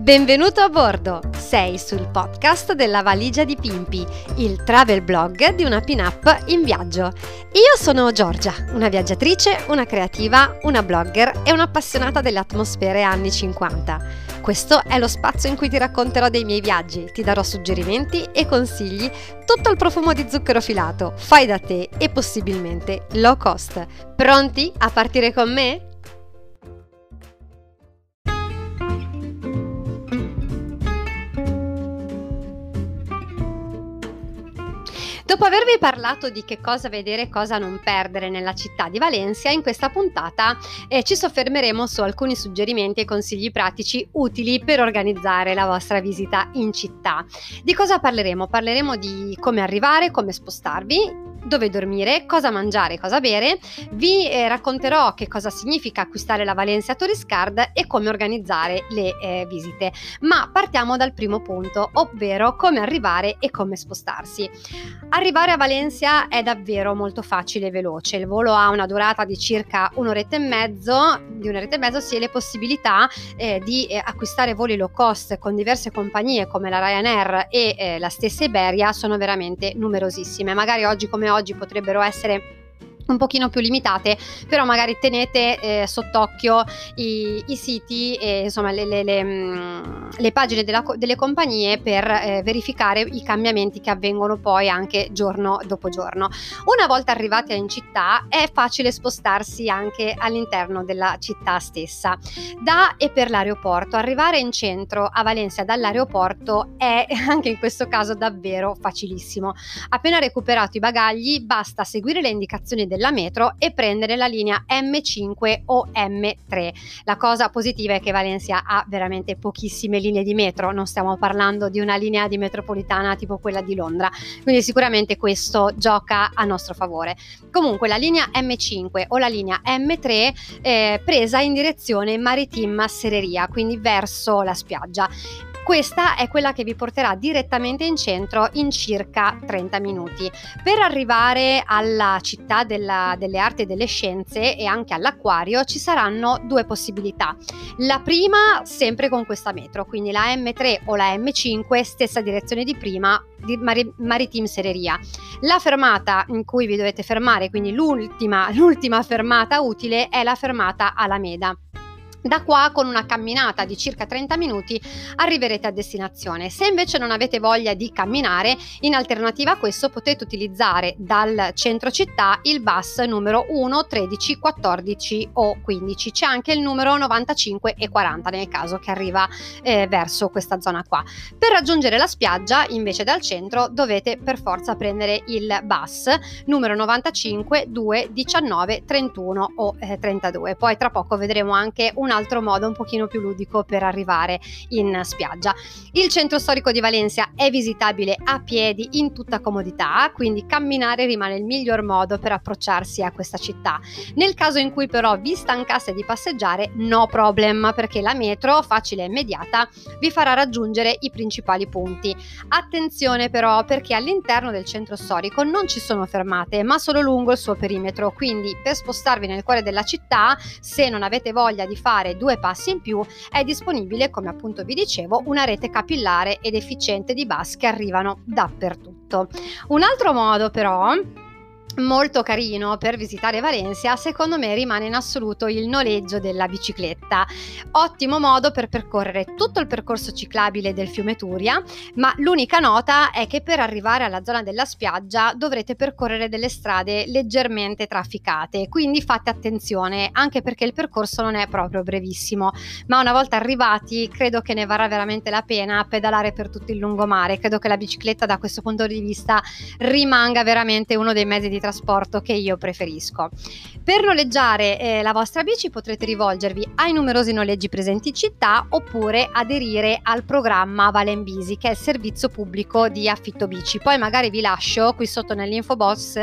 Benvenuto a bordo! Sei sul podcast della Valigia di Pimpi, il travel blog di una pin-up in viaggio. Io sono Giorgia, una viaggiatrice, una creativa, una blogger e un'appassionata delle atmosfere anni 50. Questo è lo spazio in cui ti racconterò dei miei viaggi, ti darò suggerimenti e consigli, tutto il profumo di zucchero filato, fai da te e possibilmente low cost. Pronti a partire con me? Dopo avervi parlato di che cosa vedere e cosa non perdere nella città di Valencia, in questa puntata ci soffermeremo su alcuni suggerimenti e consigli pratici utili per organizzare la vostra visita in città. Di cosa parleremo? Parleremo di come arrivare, come spostarvi, dove dormire, cosa mangiare, cosa bere. Vi racconterò che cosa significa acquistare la Valencia Tourist Card e come organizzare le visite. Ma partiamo dal primo punto, ovvero come arrivare e come spostarsi. Arrivare a Valencia è davvero molto facile e veloce. Il volo ha una durata di circa un'oretta e mezzo, si ha le possibilità di acquistare voli low cost con diverse compagnie come la Ryanair e la stessa Iberia, sono veramente numerosissime. Magari oggi come oggi potrebbero essere un pochino più limitate, però magari tenete sott'occhio i siti e insomma le pagine delle compagnie per verificare i cambiamenti che avvengono poi anche giorno dopo giorno. Una volta arrivati in città è facile spostarsi anche all'interno della città stessa. Da e per l'aeroporto, arrivare in centro a Valencia dall'aeroporto è anche in questo caso davvero facilissimo. Appena recuperato i bagagli basta seguire le indicazioni della metro e prendere la linea M5 o M3. La cosa positiva è che Valencia ha veramente pochissime linee di metro, non stiamo parlando di una linea di metropolitana tipo quella di Londra, quindi sicuramente questo gioca a nostro favore. Comunque la linea M5 o la linea M3 presa in direzione Maritim Sereria, quindi verso la spiaggia. Questa è quella che vi porterà direttamente in centro in circa 30 minuti. Per arrivare alla città delle arti e delle scienze e anche all'acquario ci saranno due possibilità. La prima sempre con questa metro, quindi la M3 o la M5, stessa direzione di prima, di Maritim Sereria. La fermata in cui vi dovete fermare, quindi l'ultima fermata utile, è la fermata Alameda. Da qua, con una camminata di circa 30 minuti, arriverete a destinazione. Se invece non avete voglia di camminare, in alternativa a questo potete utilizzare dal centro città il bus numero 1, 13, 14 o 15. C'è anche il numero 95 e 40 nel caso che arriva verso questa zona qua. Per raggiungere la spiaggia, invece dal centro, dovete per forza prendere il bus numero 95, 2, 19, 31 o 32. Poi tra poco vedremo anche un altro modo un pochino più ludico per arrivare in spiaggia. Il centro storico di Valencia è visitabile a piedi in tutta comodità, quindi camminare rimane il miglior modo per approcciarsi a questa città. Nel caso in cui però vi stancaste di passeggiare, no problem, perché la metro, facile e immediata, vi farà raggiungere i principali punti. Attenzione però, perché all'interno del centro storico non ci sono fermate, ma solo lungo il suo perimetro, quindi per spostarvi nel cuore della città, se non avete voglia di fare due passi in più, è disponibile, come appunto vi dicevo, una rete capillare ed efficiente di bus che arrivano dappertutto. Un altro modo però molto carino per visitare Valencia, secondo me, rimane in assoluto il noleggio della bicicletta. Ottimo modo per percorrere tutto il percorso ciclabile del fiume Turia, ma l'unica nota è che per arrivare alla zona della spiaggia dovrete percorrere delle strade leggermente trafficate, quindi fate attenzione, anche perché il percorso non è proprio brevissimo, ma una volta arrivati credo che ne varrà veramente la pena pedalare per tutto il lungomare. Credo che la bicicletta da questo punto di vista rimanga veramente uno dei mezzi di trasporto che io preferisco. Per noleggiare la vostra bici potrete rivolgervi ai numerosi noleggi presenti in città oppure aderire al programma Valenbici, che è il servizio pubblico di affitto bici. Poi magari vi lascio qui sotto nell'info box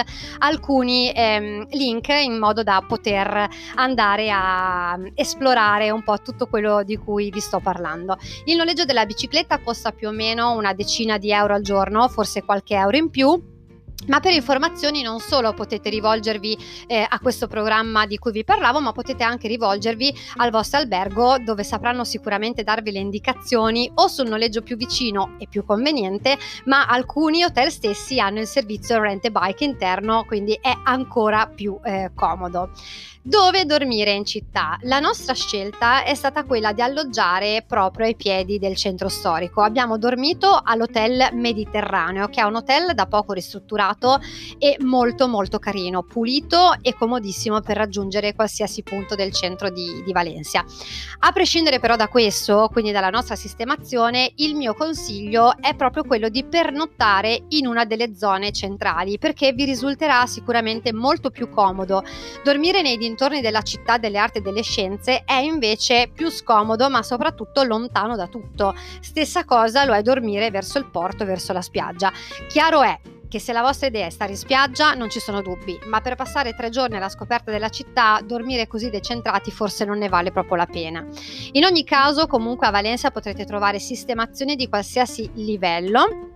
alcuni link in modo da poter andare a esplorare un po' tutto quello di cui vi sto parlando. Il noleggio della bicicletta costa più o meno una decina di euro al giorno, forse qualche euro in più. Ma per informazioni non solo potete rivolgervi a questo programma di cui vi parlavo, ma potete anche rivolgervi al vostro albergo, dove sapranno sicuramente darvi le indicazioni o sul noleggio più vicino e più conveniente, ma alcuni hotel stessi hanno il servizio rent a bike interno, quindi è ancora più comodo. Dove dormire in città? La nostra scelta è stata quella di alloggiare proprio ai piedi del centro storico. Abbiamo dormito all'Hotel Mediterraneo, che è un hotel da poco ristrutturato e molto molto carino, pulito e comodissimo per raggiungere qualsiasi punto del centro di Valencia. A prescindere però da questo, quindi dalla nostra sistemazione, il mio consiglio è proprio quello di pernottare in una delle zone centrali, perché vi risulterà sicuramente molto più comodo. Dormire nei dintorni della città delle arti e delle scienze è invece più scomodo, ma soprattutto lontano da tutto. Stessa cosa lo è dormire verso il porto, verso la spiaggia. Chiaro è che se la vostra idea è stare in spiaggia non ci sono dubbi, ma per passare 3 giorni alla scoperta della città, dormire così decentrati forse non ne vale proprio la pena. In ogni caso, comunque a Valencia potrete trovare sistemazioni di qualsiasi livello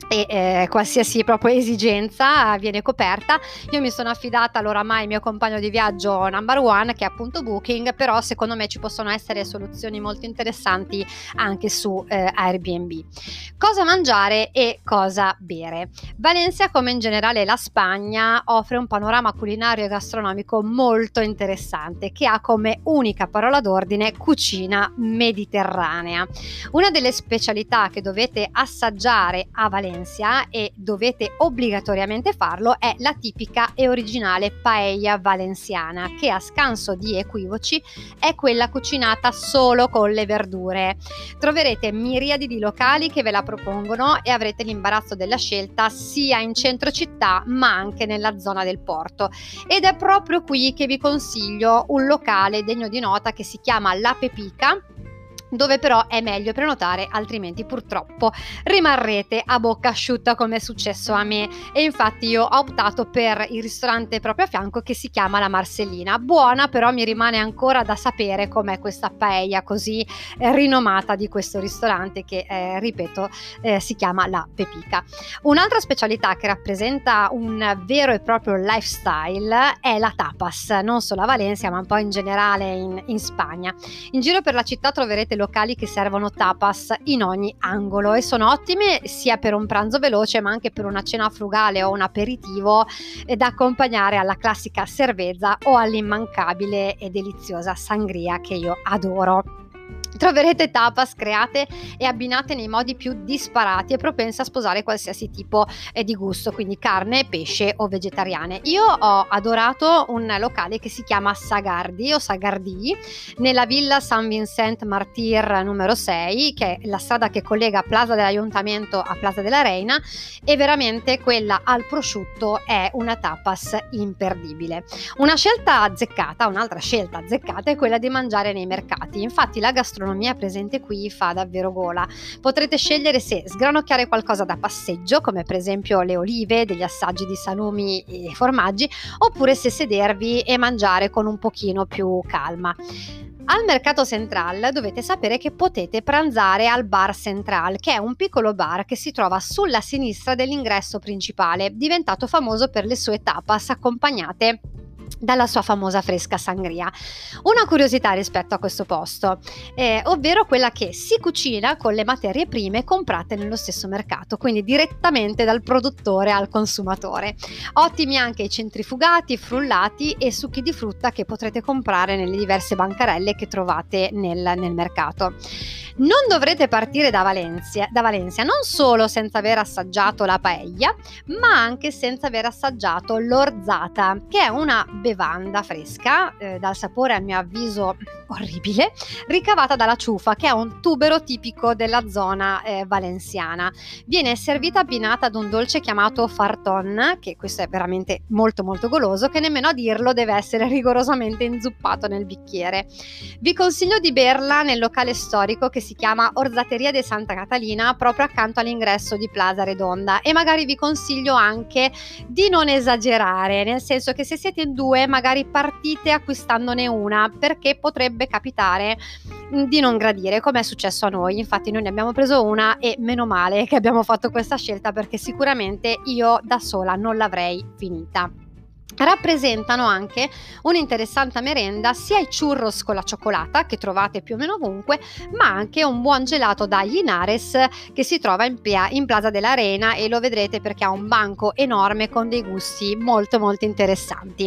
e qualsiasi proprio esigenza viene coperta. Io mi sono affidata all'oramai il mio compagno di viaggio number one, che è appunto Booking, però secondo me ci possono essere soluzioni molto interessanti anche su Airbnb. Cosa mangiare e cosa bere? Valencia, come in generale la Spagna, offre un panorama culinario e gastronomico molto interessante, che ha come unica parola d'ordine cucina mediterranea. Una delle specialità che dovete assaggiare a Valencia, e dovete obbligatoriamente farlo, è la tipica e originale paella valenciana, che a scanso di equivoci è quella cucinata solo con le verdure. Troverete miriadi di locali che ve la propongono e avrete l'imbarazzo della scelta sia in centro città ma anche nella zona del porto, ed è proprio qui che vi consiglio un locale degno di nota che si chiama La Pepica, dove però è meglio prenotare, altrimenti purtroppo rimarrete a bocca asciutta come è successo a me, e infatti io ho optato per il ristorante proprio a fianco, che si chiama La Marcellina. Buona, però mi rimane ancora da sapere com'è questa paella così rinomata di questo ristorante che ripeto si chiama La Pepica. Un'altra specialità che rappresenta un vero e proprio lifestyle è la tapas, non solo a Valencia ma un po' in generale in Spagna. In giro per la città troverete locali che servono tapas in ogni angolo e sono ottime sia per un pranzo veloce ma anche per una cena frugale o un aperitivo da accompagnare alla classica cerveza o all'immancabile e deliziosa sangria, che io adoro. Troverete tapas create e abbinate nei modi più disparati e propense a sposare qualsiasi tipo di gusto, quindi carne, pesce o vegetariane. Io ho adorato un locale che si chiama Sagardi o Sagardi nella villa San Vicent Martir numero 6, che è la strada che collega Plaza dell'Ayuntamiento a Plaza della Reina, e veramente quella al prosciutto è una tapas imperdibile. Un'altra scelta azzeccata è quella di mangiare nei mercati. Infatti la gastronomia presente qui fa davvero gola. Potrete scegliere se sgranocchiare qualcosa da passeggio, come per esempio le olive, degli assaggi di salumi e formaggi, oppure se sedervi e mangiare con un pochino più calma. Al Mercato Central dovete sapere che potete pranzare al Bar Central, che è un piccolo bar che si trova sulla sinistra dell'ingresso principale, diventato famoso per le sue tapas accompagnate dalla sua famosa fresca sangria. Una curiosità rispetto a questo posto, ovvero quella che si cucina con le materie prime comprate nello stesso mercato, quindi direttamente dal produttore al consumatore. Ottimi anche i centrifugati, frullati e succhi di frutta che potrete comprare nelle diverse bancarelle che trovate nel mercato. Non dovrete partire da Valencia non solo senza aver assaggiato la paella, ma anche senza aver assaggiato l'orzata, che è una bevanda fresca, dal sapore a mio avviso orribile, ricavata dalla ciufa, che è un tubero tipico della zona valenziana. Viene servita abbinata ad un dolce chiamato farton, che questo è veramente molto molto goloso, che nemmeno a dirlo deve essere rigorosamente inzuppato nel bicchiere. Vi consiglio di berla nel locale storico che si chiama Orzateria de Santa Catalina, proprio accanto all'ingresso di Plaza Redonda, e magari vi consiglio anche di non esagerare, nel senso che se siete in due magari partite acquistandone una, perché potrebbe capitare di non gradire, come è successo a noi. Infatti noi ne abbiamo preso una e meno male che abbiamo fatto questa scelta, perché sicuramente io da sola non l'avrei finita. Rappresentano anche un'interessante merenda sia i churros con la cioccolata, che trovate più o meno ovunque, ma anche un buon gelato da Linares che si trova in Plaza dell'Arena, e lo vedrete perché ha un banco enorme con dei gusti molto molto interessanti.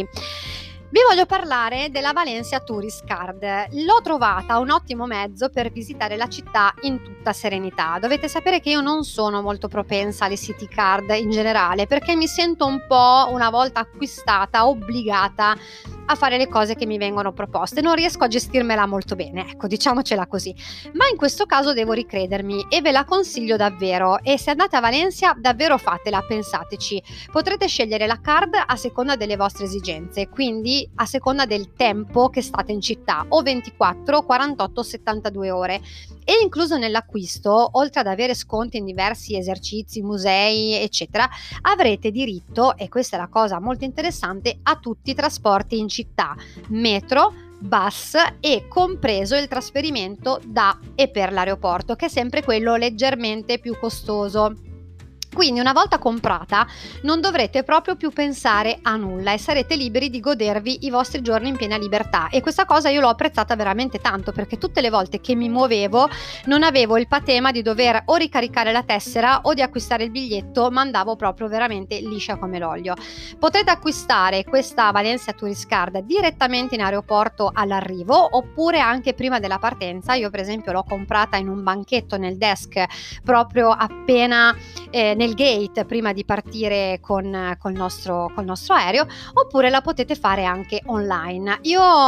Vi voglio parlare della Valencia Tourist Card. L'ho trovata un ottimo mezzo per visitare la città in tutta serenità. Dovete sapere che io non sono molto propensa alle city card in generale, perché mi sento un po', una volta acquistata, obbligata a fare le cose che mi vengono proposte. Non riesco a gestirmela molto bene, ecco, diciamocela così. Ma in questo caso devo ricredermi e ve la consiglio davvero. E se andate a Valencia, davvero fatela, pensateci. Potrete scegliere la card a seconda delle vostre esigenze, quindi a seconda del tempo che state in città, o 24, 48, 72 ore. E incluso nell'acquisto, oltre ad avere sconti in diversi esercizi, musei, eccetera, avrete diritto, e questa è la cosa molto interessante, a tutti i trasporti in città, metro, bus e compreso il trasferimento da e per l'aeroporto, che è sempre quello leggermente più costoso. Quindi una volta comprata non dovrete proprio più pensare a nulla e sarete liberi di godervi i vostri giorni in piena libertà, e questa cosa io l'ho apprezzata veramente tanto, perché tutte le volte che mi muovevo non avevo il patema di dover o ricaricare la tessera o di acquistare il biglietto, ma andavo proprio veramente liscia come l'olio. Potrete acquistare questa Valencia Tourist Card direttamente in aeroporto all'arrivo, oppure anche prima della partenza. Io per esempio l'ho comprata in un banchetto nel desk proprio appena nel gate prima di partire con il nostro aereo, oppure la potete fare anche online.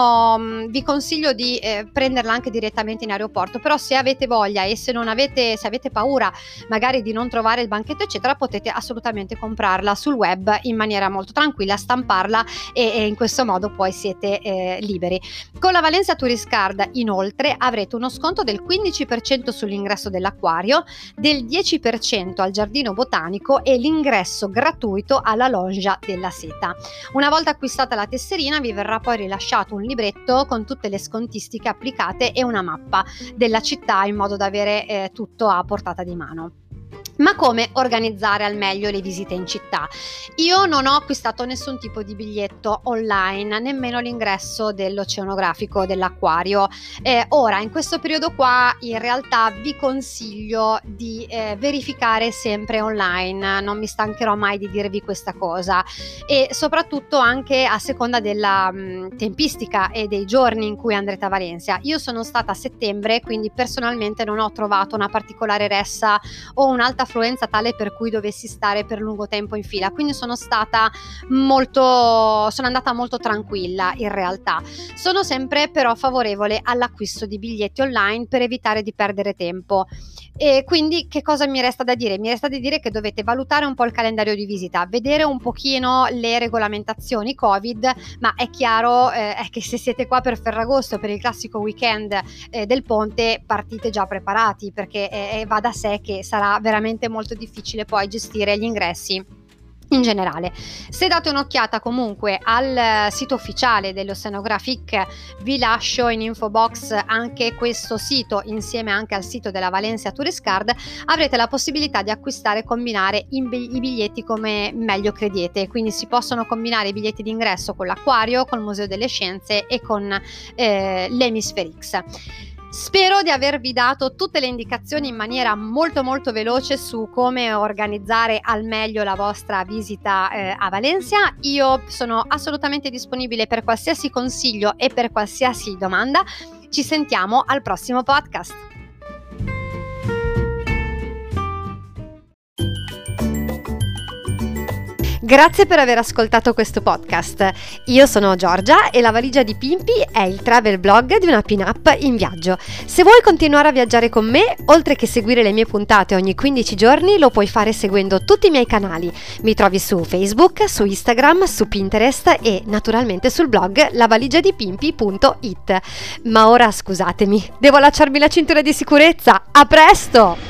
Io vi consiglio di prenderla anche direttamente in aeroporto, però se avete voglia e se avete paura magari di non trovare il banchetto eccetera, potete assolutamente comprarla sul web in maniera molto tranquilla, stamparla e in questo modo poi siete liberi. Con la Valencia Tourist Card inoltre avrete uno sconto del 15% sull'ingresso dell'acquario, del 10% al giardino botanico e l'ingresso gratuito alla Loggia della Seta. Una volta acquistata la tesserina vi verrà poi rilasciato un libretto con tutte le scontistiche applicate e una mappa della città, in modo da avere tutto a portata di mano. Ma come organizzare al meglio le visite in città? Io non ho acquistato nessun tipo di biglietto online, nemmeno l'ingresso dell'oceanografico dell'acquario. Ora, in questo periodo qua, in realtà vi consiglio di verificare sempre online, non mi stancherò mai di dirvi questa cosa, e soprattutto anche a seconda della tempistica e dei giorni in cui andrete a Valencia. Io sono stata a settembre, quindi personalmente non ho trovato una particolare ressa o un'alta affluenza tale per cui dovessi stare per lungo tempo in fila, quindi sono andata molto tranquilla. In realtà sono sempre però favorevole all'acquisto di biglietti online per evitare di perdere tempo. E quindi che cosa mi resta da dire? Mi resta da dire che dovete valutare un po' il calendario di visita, vedere un pochino le regolamentazioni Covid, ma è chiaro che se siete qua per Ferragosto, per il classico weekend del ponte, partite già preparati, perché va da sé che sarà veramente molto difficile poi gestire gli ingressi in generale. Se date un'occhiata comunque al sito ufficiale dell'Oceanographic, vi lascio in info box anche questo sito insieme anche al sito della Valencia Tourist Card, avrete la possibilità di acquistare e combinare i biglietti come meglio crediete, quindi si possono combinare i biglietti d'ingresso con l'acquario, col Museo delle Scienze e con l'Hemisphere X. Spero di avervi dato tutte le indicazioni in maniera molto veloce su come organizzare al meglio la vostra visita a Valencia. Io sono assolutamente disponibile per qualsiasi consiglio e per qualsiasi domanda. Ci sentiamo al prossimo podcast. Grazie per aver ascoltato questo podcast. Io sono Giorgia e La Valigia di Pimpi è il travel blog di una pin-up in viaggio. Se vuoi continuare a viaggiare con me, oltre che seguire le mie puntate ogni 15 giorni, lo puoi fare seguendo tutti i miei canali. Mi trovi su Facebook, su Instagram, su Pinterest e naturalmente sul blog lavaligiadipimpi.it. Ma ora scusatemi, devo allacciarmi la cintura di sicurezza. A presto!